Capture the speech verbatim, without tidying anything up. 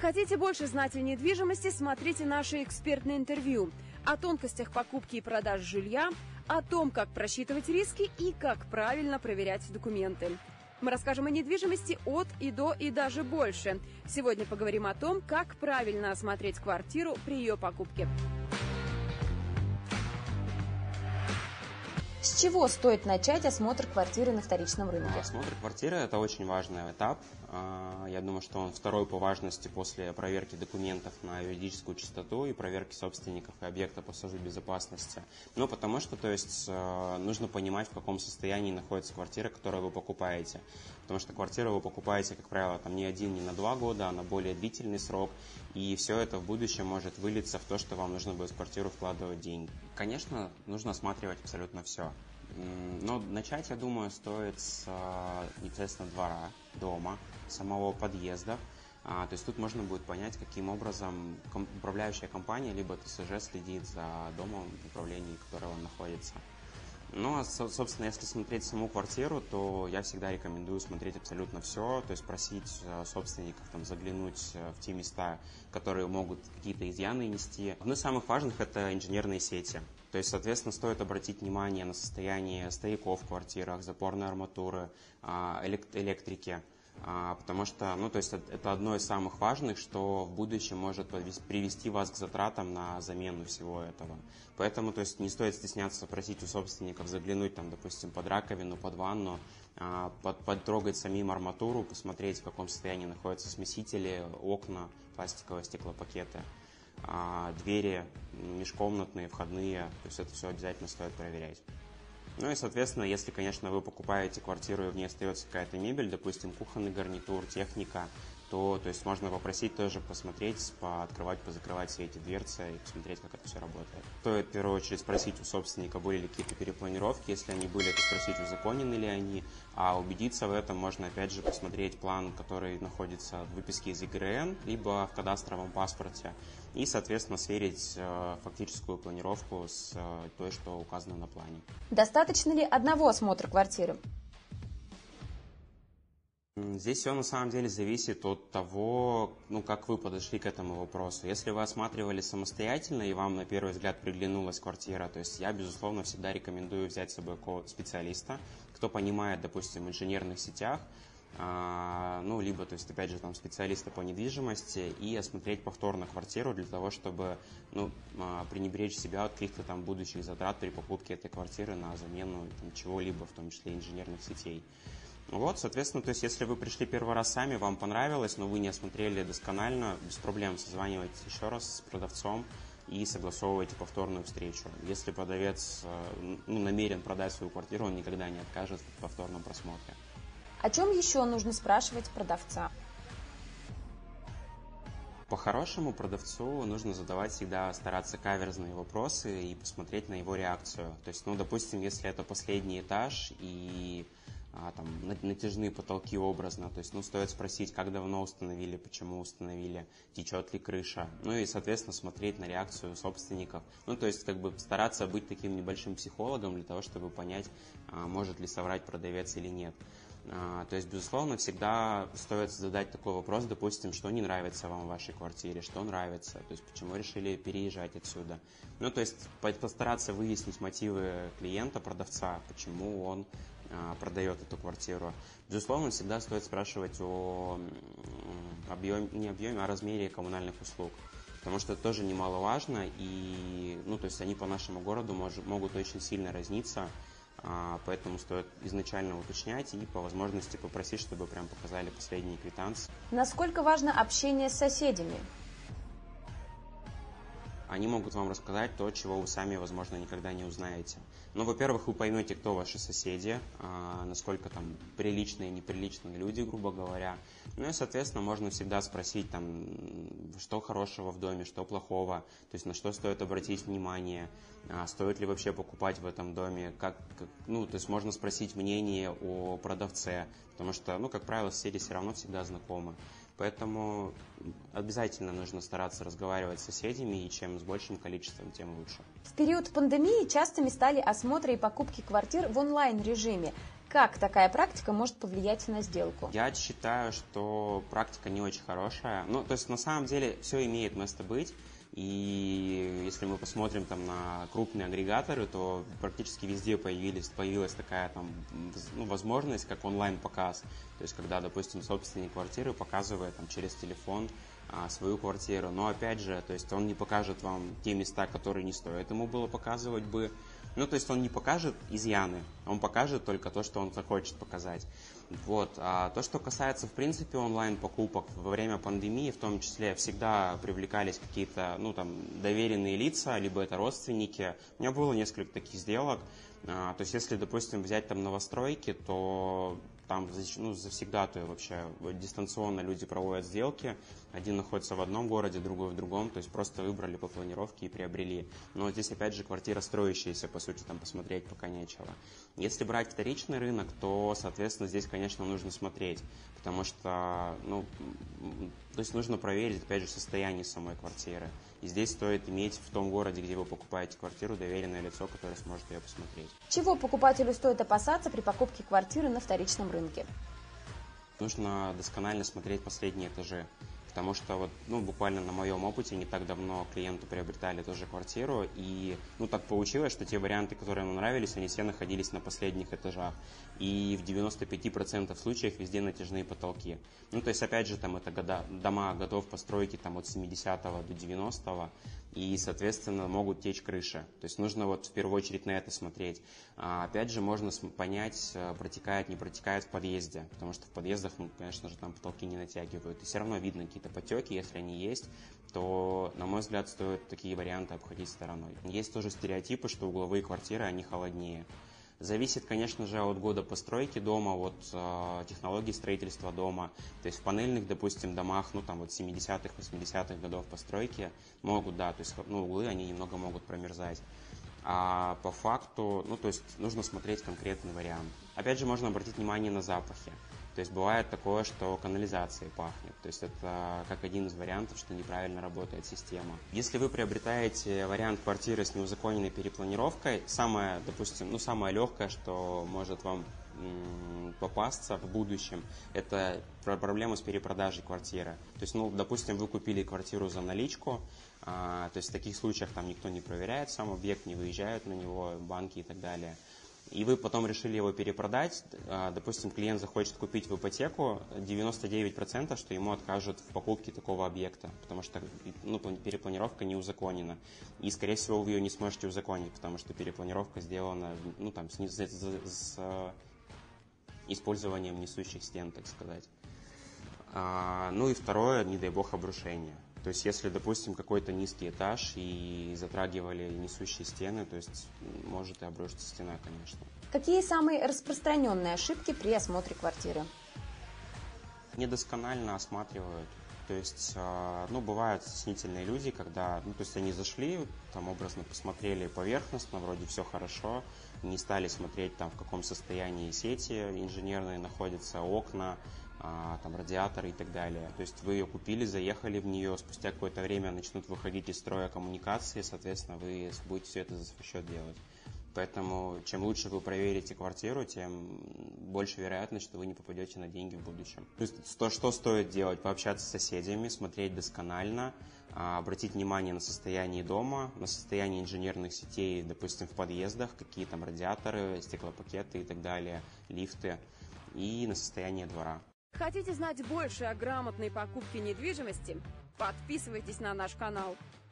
Хотите больше знать о недвижимости, смотрите наше экспертное интервью о тонкостях покупки и продажи жилья, о том, как просчитывать риски и как правильно проверять документы. Мы расскажем о недвижимости от и до и даже больше. Сегодня поговорим о том, как правильно осмотреть квартиру при ее покупке. С чего стоит начать осмотр квартиры на вторичном рынке? Осмотр квартиры – это очень важный этап. Я думаю, что он второй по важности после проверки документов на юридическую чистоту и проверки собственников и объекта по службе безопасности. Ну, потому что, то есть, нужно понимать, в каком состоянии находится квартира, которую вы покупаете. Потому что квартиру вы покупаете, как правило, там не один, не на два года, а на более длительный срок. И все это в будущем может вылиться в то, что вам нужно будет в квартиру вкладывать деньги. Конечно, нужно осматривать абсолютно все. Но начать, я думаю, стоит с непосредственно двора, дома, самого подъезда. То есть тут можно будет понять, каким образом управляющая компания, либо ТСЖ следит за домом, в управлении которого он находится. Ну, а, собственно, если смотреть саму квартиру, то я всегда рекомендую смотреть абсолютно все, то есть просить собственников там заглянуть в те места, которые могут какие-то изъяны нести. Одно из самых важных – это инженерные сети. То есть, соответственно, стоит обратить внимание на состояние стояков в квартирах, запорной арматуры, электрики. Потому что, ну, то есть это одно из самых важных, что в будущем может привести вас к затратам на замену всего этого. Поэтому, то есть, не стоит стесняться просить у собственников заглянуть, там, допустим, под раковину, под ванну, под, потрогать самим арматуру, посмотреть, в каком состоянии находятся смесители, окна, пластиковые стеклопакеты, двери межкомнатные, входные. То есть это все обязательно стоит проверять. Ну и, соответственно, если, конечно, вы покупаете квартиру и в ней остается какая-то мебель, допустим, кухонный гарнитур, техника, то, то есть можно попросить тоже посмотреть, пооткрывать, позакрывать все эти дверцы и посмотреть, как это все работает. Стоит в первую очередь спросить у собственника, были ли какие-то перепланировки, если они были, то спросить, узаконены ли они, а убедиться в этом можно, опять же, посмотреть план, который находится в выписке из ЕГРН, либо в кадастровом паспорте, и, соответственно, сверить э, фактическую планировку с э, той, что указано на плане. Достаточно ли одного осмотра квартиры? Здесь все на самом деле зависит от того, ну, как вы подошли к этому вопросу. Если вы осматривали самостоятельно и вам на первый взгляд приглянулась квартира, то есть я, безусловно, всегда рекомендую взять с собой специалиста, кто понимает, допустим, в инженерных сетях, а, ну, либо, то есть, опять же, там, специалиста по недвижимости, и осмотреть повторно квартиру для того, чтобы, ну, пренебречь себя от каких-то там будущих затрат при покупке этой квартиры на замену там, чего-либо, в том числе инженерных сетей. Вот, соответственно, то есть, если вы пришли первый раз сами, вам понравилось, но вы не осмотрели досконально, без проблем созванивайтесь еще раз с продавцом и согласовывайте повторную встречу. Если продавец ну, намерен продать свою квартиру, он никогда не откажет в повторном просмотре. О чем еще нужно спрашивать продавца? По-хорошему продавцу нужно задавать всегда, стараться каверзные вопросы и посмотреть на его реакцию. То есть, ну, допустим, если это последний этаж и а, там, натяжные потолки образно, то есть, ну, стоит спросить, как давно установили, почему установили, течет ли крыша, ну и, соответственно, смотреть на реакцию собственников. Ну, то есть, как бы стараться быть таким небольшим психологом для того, чтобы понять, а, может ли соврать продавец или нет. А, то есть, безусловно, всегда стоит задать такой вопрос, допустим, что не нравится вам в вашей квартире, что нравится, то есть, почему решили переезжать отсюда. Ну, то есть, постараться выяснить мотивы клиента, продавца, почему он а, продает эту квартиру. Безусловно, всегда стоит спрашивать о объеме, не объеме, а размере коммунальных услуг. Потому что это тоже немаловажно, и, ну, то есть, они по нашему городу мож, могут очень сильно разниться. Поэтому стоит изначально уточнять и по возможности попросить, чтобы прям показали последние квитанции. Насколько важно общение с соседями? Они могут вам рассказать то, чего вы сами, возможно, никогда не узнаете. Ну, во-первых, вы поймете, кто ваши соседи, насколько там приличные, неприличные люди, грубо говоря. Ну и, соответственно, можно всегда спросить, там, что хорошего в доме, что плохого, то есть на что стоит обратить внимание, стоит ли вообще покупать в этом доме, как, как, ну, то есть можно спросить мнение о продавце, потому что, ну, как правило, соседи все равно всегда знакомы. Поэтому обязательно нужно стараться разговаривать с соседями, и чем с большим количеством, тем лучше. В период пандемии частыми стали осмотры и покупки квартир в онлайн-режиме. Как такая практика может повлиять на сделку? Я считаю, что практика не очень хорошая. Ну, то есть на самом деле все имеет место быть. И если мы посмотрим там на крупные агрегаторы, то практически везде появились, появилась такая там, ну, возможность, как онлайн-показ. То есть когда, допустим, собственник квартиры показывает там, через телефон а, свою квартиру. Но опять же, то есть он не покажет вам те места, которые не стоит ему было показывать бы. Ну, то есть он не покажет изъяны, он покажет только то, что он захочет показать. Вот. А то, что касается, в принципе, онлайн-покупок во время пандемии, в том числе, всегда привлекались какие-то, ну, там, доверенные лица, либо это родственники. У меня было несколько таких сделок. А, то есть, если, допустим, взять там новостройки, то там, ну, завсегдатые вообще дистанционно люди проводят сделки. Один находится в одном городе, другой в другом. То есть просто выбрали по планировке и приобрели. Но здесь, опять же, квартира строящаяся, по сути, там посмотреть пока нечего. Если брать вторичный рынок, то, соответственно, здесь, конечно, нужно смотреть. Потому что, ну, то есть нужно проверить, опять же, состояние самой квартиры. И здесь стоит иметь в том городе, где вы покупаете квартиру, доверенное лицо, которое сможет ее посмотреть. Чего покупателю стоит опасаться при покупке квартиры на вторичном рынке? Нужно досконально смотреть последние этажи. Потому что вот, ну, буквально на моем опыте не так давно клиенты приобретали тоже квартиру, и ну, так получилось, что те варианты, которые нам нравились, они все находились на последних этажах. И в девяноста пяти процентах случаев везде натяжные потолки. Ну, то есть, опять же, там это года, дома годов постройки там, от семидесятого до девяностого, и, соответственно, могут течь крыши. То есть нужно вот в первую очередь на это смотреть. А, опять же, можно понять, протекает, не протекает в подъезде, потому что в подъездах, ну, конечно же, там потолки не натягивают. И все равно видно какие-то потеки, если они есть, то, на мой взгляд, стоит такие варианты обходить стороной. Есть тоже стереотипы, что угловые квартиры, они холоднее. Зависит, конечно же, от года постройки дома, от э, технологии строительства дома. То есть в панельных, допустим, домах, ну там вот семидесятых, восьмидесятых годов постройки могут, да, то есть ну, углы, они немного могут промерзать. А по факту, ну то есть нужно смотреть конкретный вариант. Опять же, можно обратить внимание на запахи. То есть бывает такое, что канализацией пахнет. То есть это как один из вариантов, что неправильно работает система. Если вы приобретаете вариант квартиры с неузаконенной перепланировкой, самое, допустим, ну самое легкое, что может вам м, попасться в будущем, это проблема с перепродажей квартиры. То есть, ну, допустим, вы купили квартиру за наличку, а, то есть в таких случаях там никто не проверяет сам объект, не выезжают на него банки и так далее. И вы потом решили его перепродать, допустим, клиент захочет купить в ипотеку, девяносто девять процентов, что ему откажут в покупке такого объекта, потому что ну, перепланировка не узаконена. И, скорее всего, вы ее не сможете узаконить, потому что перепланировка сделана ну, там, с, с, с использованием несущих стен, так сказать. А, ну и второе, не дай бог, обрушение. То есть, если, допустим, какой-то низкий этаж и затрагивали несущие стены, то есть может и обрушиться стена, конечно. Какие самые распространенные ошибки при осмотре квартиры? Недосконально осматривают. То есть, ну, бывают стеснительные люди, когда, ну, то есть они зашли, там образно посмотрели поверхностно, вроде все хорошо, не стали смотреть, там, в каком состоянии сети инженерные находятся, окна, там радиаторы и так далее. То есть вы ее купили, заехали в нее, спустя какое-то время начнут выходить из строя коммуникации, соответственно, вы будете все это за свой счет делать. Поэтому чем лучше вы проверите квартиру, тем больше вероятность, что вы не попадете на деньги в будущем. То есть то, что стоит делать, пообщаться с соседями, смотреть досконально, обратить внимание на состояние дома, на состояние инженерных сетей, допустим, в подъездах, какие там радиаторы, стеклопакеты и так далее, лифты, и на состояние двора. Хотите знать больше о грамотной покупке недвижимости? Подписывайтесь на наш канал.